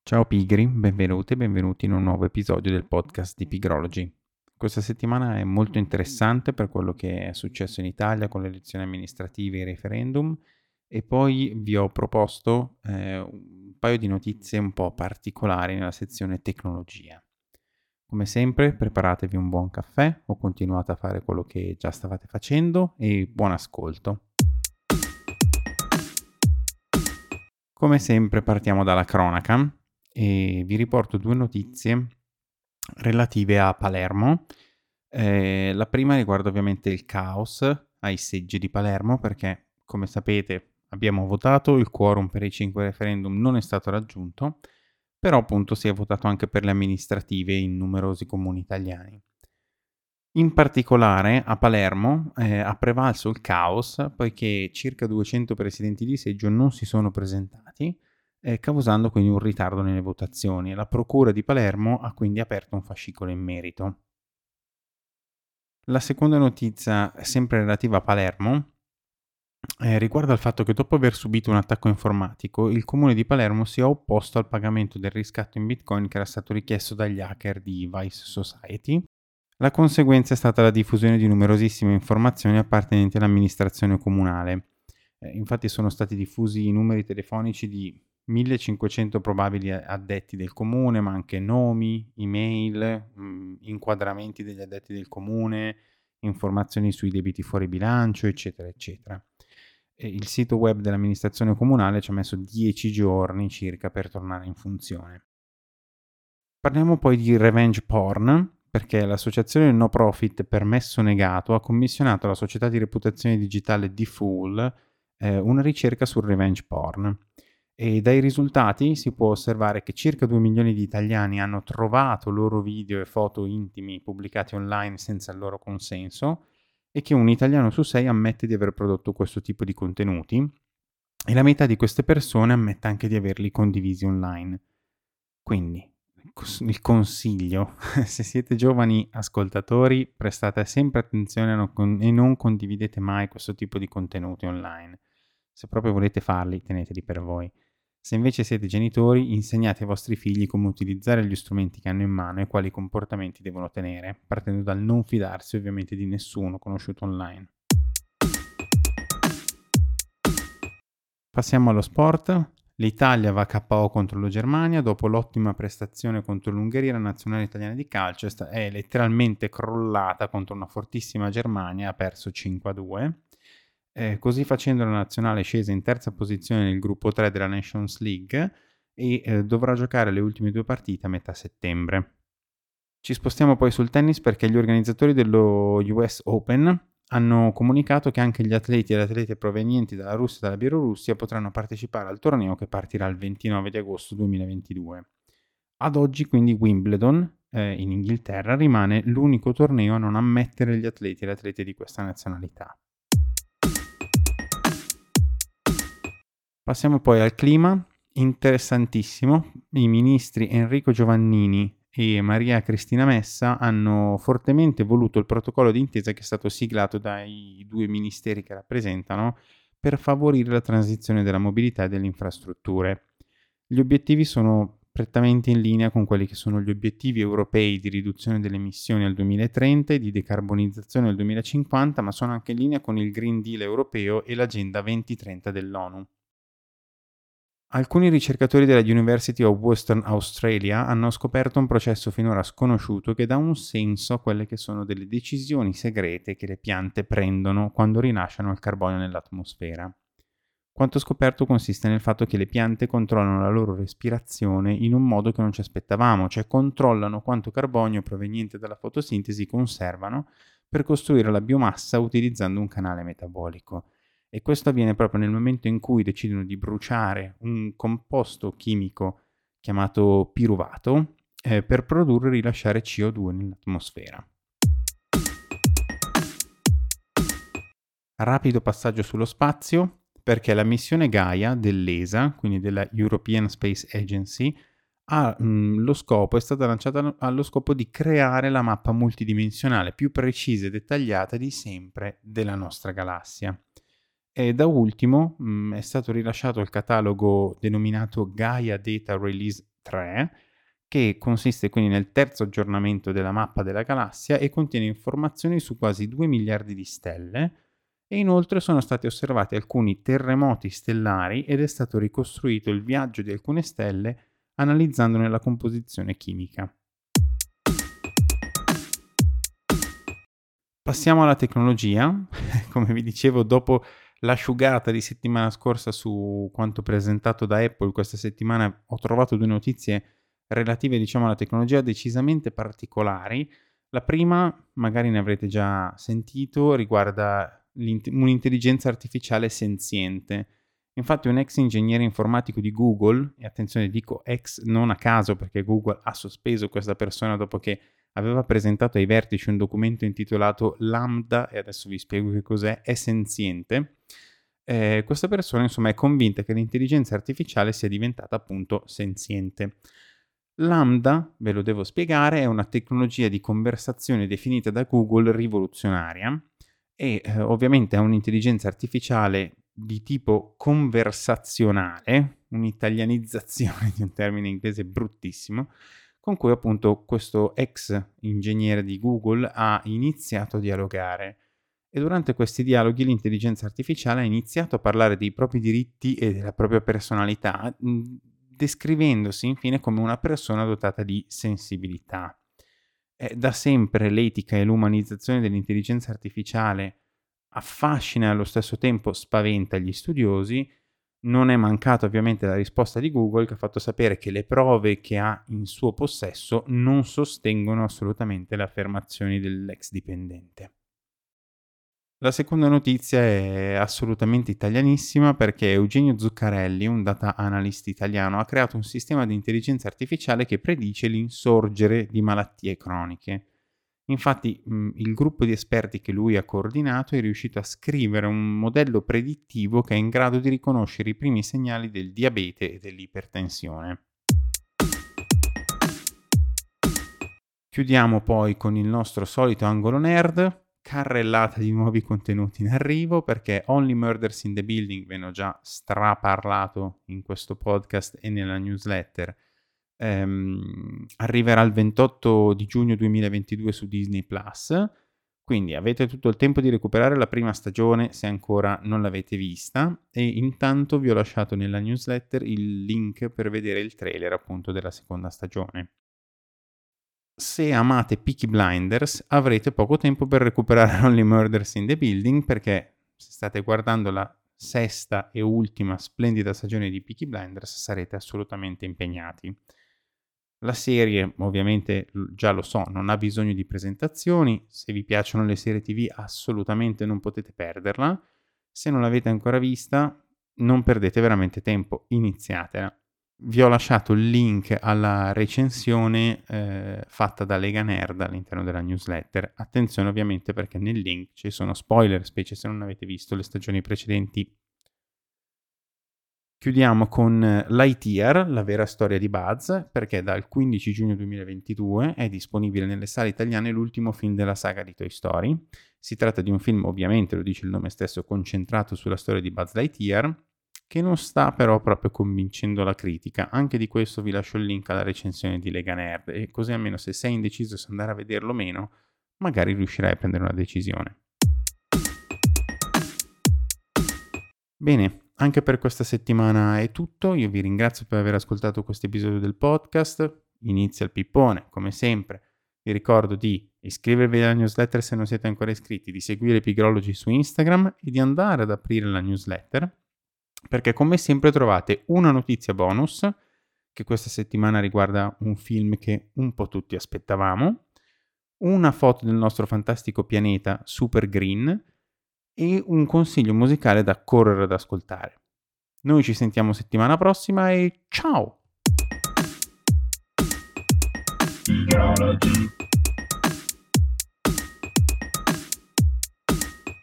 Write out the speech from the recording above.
Ciao pigri, benvenute e benvenuti in un nuovo episodio del podcast di Pigrology. Questa settimana è molto interessante per quello che è successo in Italia con le elezioni amministrative e i referendum e poi vi ho proposto un paio di notizie un po' particolari nella sezione tecnologia. Come sempre, preparatevi un buon caffè o continuate a fare quello che già stavate facendo e buon ascolto. Come sempre partiamo dalla cronaca e vi riporto due notizie relative a Palermo. La prima riguarda ovviamente il caos ai seggi di Palermo perché, come sapete, abbiamo votato, il quorum per i 5 referendum non è stato raggiunto, però appunto si è votato anche per le amministrative in numerosi comuni italiani. In particolare a Palermo ha prevalso il caos poiché circa 200 presidenti di seggio non si sono presentati, causando quindi un ritardo nelle votazioni. La Procura di Palermo ha quindi aperto un fascicolo in merito. La seconda notizia, sempre relativa a Palermo, riguarda il fatto che dopo aver subito un attacco informatico, il comune di Palermo si è opposto al pagamento del riscatto in Bitcoin che era stato richiesto dagli hacker di Vice Society. La conseguenza è stata la diffusione di numerosissime informazioni appartenenti all'amministrazione comunale. Infatti sono stati diffusi i numeri telefonici di 1500 probabili addetti del comune, ma anche nomi, email, inquadramenti degli addetti del comune, informazioni sui debiti fuori bilancio, eccetera, eccetera. E il sito web dell'amministrazione comunale ci ha messo 10 giorni circa per tornare in funzione. Parliamo poi di revenge porn, perché l'associazione no profit Permesso Negato ha commissionato alla società di reputazione digitale The una ricerca sul revenge porn. E dai risultati si può osservare che circa 2 milioni di italiani hanno trovato loro video e foto intimi pubblicati online senza il loro consenso e che un italiano su 6 ammette di aver prodotto questo tipo di contenuti e la metà di queste persone ammette anche di averli condivisi online. Quindi, il consiglio, se siete giovani ascoltatori, prestate sempre attenzione e non condividete mai questo tipo di contenuti online. Se proprio volete farli, teneteli per voi. Se invece siete genitori, insegnate ai vostri figli come utilizzare gli strumenti che hanno in mano e quali comportamenti devono tenere, partendo dal non fidarsi ovviamente di nessuno conosciuto online. Passiamo allo sport. L'Italia va KO contro la Germania dopo l'ottima prestazione contro l'Ungheria. La nazionale italiana di calcio è letteralmente crollata contro una fortissima Germania, ha perso 5-2. Così facendo la nazionale è scesa in terza posizione nel gruppo 3 della Nations League e dovrà giocare le ultime due partite a metà settembre. Ci spostiamo poi sul tennis perché gli organizzatori dello US Open hanno comunicato che anche gli atleti e le atlete provenienti dalla Russia e dalla Bielorussia potranno partecipare al torneo che partirà il 29 di agosto 2022. Ad oggi quindi Wimbledon in Inghilterra rimane l'unico torneo a non ammettere gli atleti e le atlete di questa nazionalità. Passiamo poi al clima, interessantissimo. I ministri Enrico Giovannini e Maria Cristina Messa hanno fortemente voluto il protocollo d'intesa che è stato siglato dai due ministeri che rappresentano per favorire la transizione della mobilità e delle infrastrutture. Gli obiettivi sono prettamente in linea con quelli che sono gli obiettivi europei di riduzione delle emissioni al 2030 e di decarbonizzazione al 2050, ma sono anche in linea con il Green Deal europeo e l'Agenda 2030 dell'ONU. Alcuni ricercatori della University of Western Australia hanno scoperto un processo finora sconosciuto che dà un senso a quelle che sono delle decisioni segrete che le piante prendono quando rilasciano il carbonio nell'atmosfera. Quanto scoperto consiste nel fatto che le piante controllano la loro respirazione in un modo che non ci aspettavamo, cioè controllano quanto carbonio proveniente dalla fotosintesi conservano per costruire la biomassa utilizzando un canale metabolico. E questo avviene proprio nel momento in cui decidono di bruciare un composto chimico chiamato piruvato per produrre e rilasciare CO2 nell'atmosfera. Rapido passaggio sullo spazio, perché la missione Gaia dell'ESA, quindi della European Space Agency, è stata lanciata allo scopo di creare la mappa multidimensionale più precisa e dettagliata di sempre della nostra galassia. E da ultimo è stato rilasciato il catalogo denominato Gaia Data Release 3, che consiste quindi nel terzo aggiornamento della mappa della galassia e contiene informazioni su quasi 2 miliardi di stelle, e inoltre sono stati osservati alcuni terremoti stellari ed è stato ricostruito il viaggio di alcune stelle analizzandone la composizione chimica. Passiamo alla tecnologia. Come vi dicevo, dopo l'asciugata di settimana scorsa su quanto presentato da Apple, questa settimana ho trovato 2 notizie relative, diciamo, alla tecnologia decisamente particolari. La prima, magari ne avrete già sentito, riguarda un'intelligenza artificiale senziente. Infatti un ex ingegnere informatico di Google, e attenzione dico ex non a caso perché Google ha sospeso questa persona dopo che aveva presentato ai vertici un documento intitolato Lambda, e adesso vi spiego che cos'è, è senziente. Questa persona insomma è convinta che l'intelligenza artificiale sia diventata appunto senziente. Lambda, ve lo devo spiegare, è una tecnologia di conversazione definita da Google rivoluzionaria e ovviamente ha un'intelligenza artificiale di tipo conversazionale, un'italianizzazione di un termine inglese bruttissimo, con cui appunto questo ex ingegnere di Google ha iniziato a dialogare. E durante questi dialoghi l'intelligenza artificiale ha iniziato a parlare dei propri diritti e della propria personalità, descrivendosi infine come una persona dotata di sensibilità. Da sempre l'etica e l'umanizzazione dell'intelligenza artificiale affascina e allo stesso tempo spaventa gli studiosi. Non è mancata ovviamente la risposta di Google, che ha fatto sapere che le prove che ha in suo possesso non sostengono assolutamente le affermazioni dell'ex dipendente. La seconda notizia è assolutamente italianissima perché Eugenio Zuccarelli, un data analyst italiano, ha creato un sistema di intelligenza artificiale che predice l'insorgere di malattie croniche. Infatti, il gruppo di esperti che lui ha coordinato è riuscito a scrivere un modello predittivo che è in grado di riconoscere i primi segnali del diabete e dell'ipertensione. Chiudiamo poi con il nostro solito angolo nerd, carrellata di nuovi contenuti in arrivo perché Only Murders in the Building, ve ne ho già straparlato in questo podcast e nella newsletter, arriverà il 28 di giugno 2022 su Disney Plus, quindi avete tutto il tempo di recuperare la prima stagione se ancora non l'avete vista, e intanto vi ho lasciato nella newsletter il link per vedere il trailer appunto della seconda stagione. Se amate Peaky Blinders avrete poco tempo per recuperare Only Murders in the Building, perché se state guardando la sesta e ultima splendida stagione di Peaky Blinders sarete assolutamente impegnati. La serie ovviamente già lo so, non ha bisogno di presentazioni, se vi piacciono le serie TV assolutamente non potete perderla, se non l'avete ancora vista non perdete veramente tempo, iniziatela. Vi ho lasciato il link alla recensione fatta da Lega Nerd all'interno della newsletter. Attenzione ovviamente perché nel link ci sono spoiler, specie se non avete visto le stagioni precedenti. Chiudiamo con Lightyear, la vera storia di Buzz, perché dal 15 giugno 2022 è disponibile nelle sale italiane l'ultimo film della saga di Toy Story. Si tratta di un film, ovviamente lo dice il nome stesso, concentrato sulla storia di Buzz Lightyear, che non sta però proprio convincendo la critica. Anche di questo vi lascio il link alla recensione di Lega Nerd, e così almeno se sei indeciso se andare a vederlo o meno, magari riuscirai a prendere una decisione. Bene, anche per questa settimana è tutto. Io vi ringrazio per aver ascoltato questo episodio del podcast. Inizia il pippone, come sempre. Vi ricordo di iscrivervi alla newsletter se non siete ancora iscritti, di seguire Pigrology su Instagram e di andare ad aprire la newsletter, perché come sempre trovate una notizia bonus, che questa settimana riguarda un film che un po' tutti aspettavamo, una foto del nostro fantastico pianeta Super Green e un consiglio musicale da correre ad ascoltare. Noi ci sentiamo settimana prossima e ciao!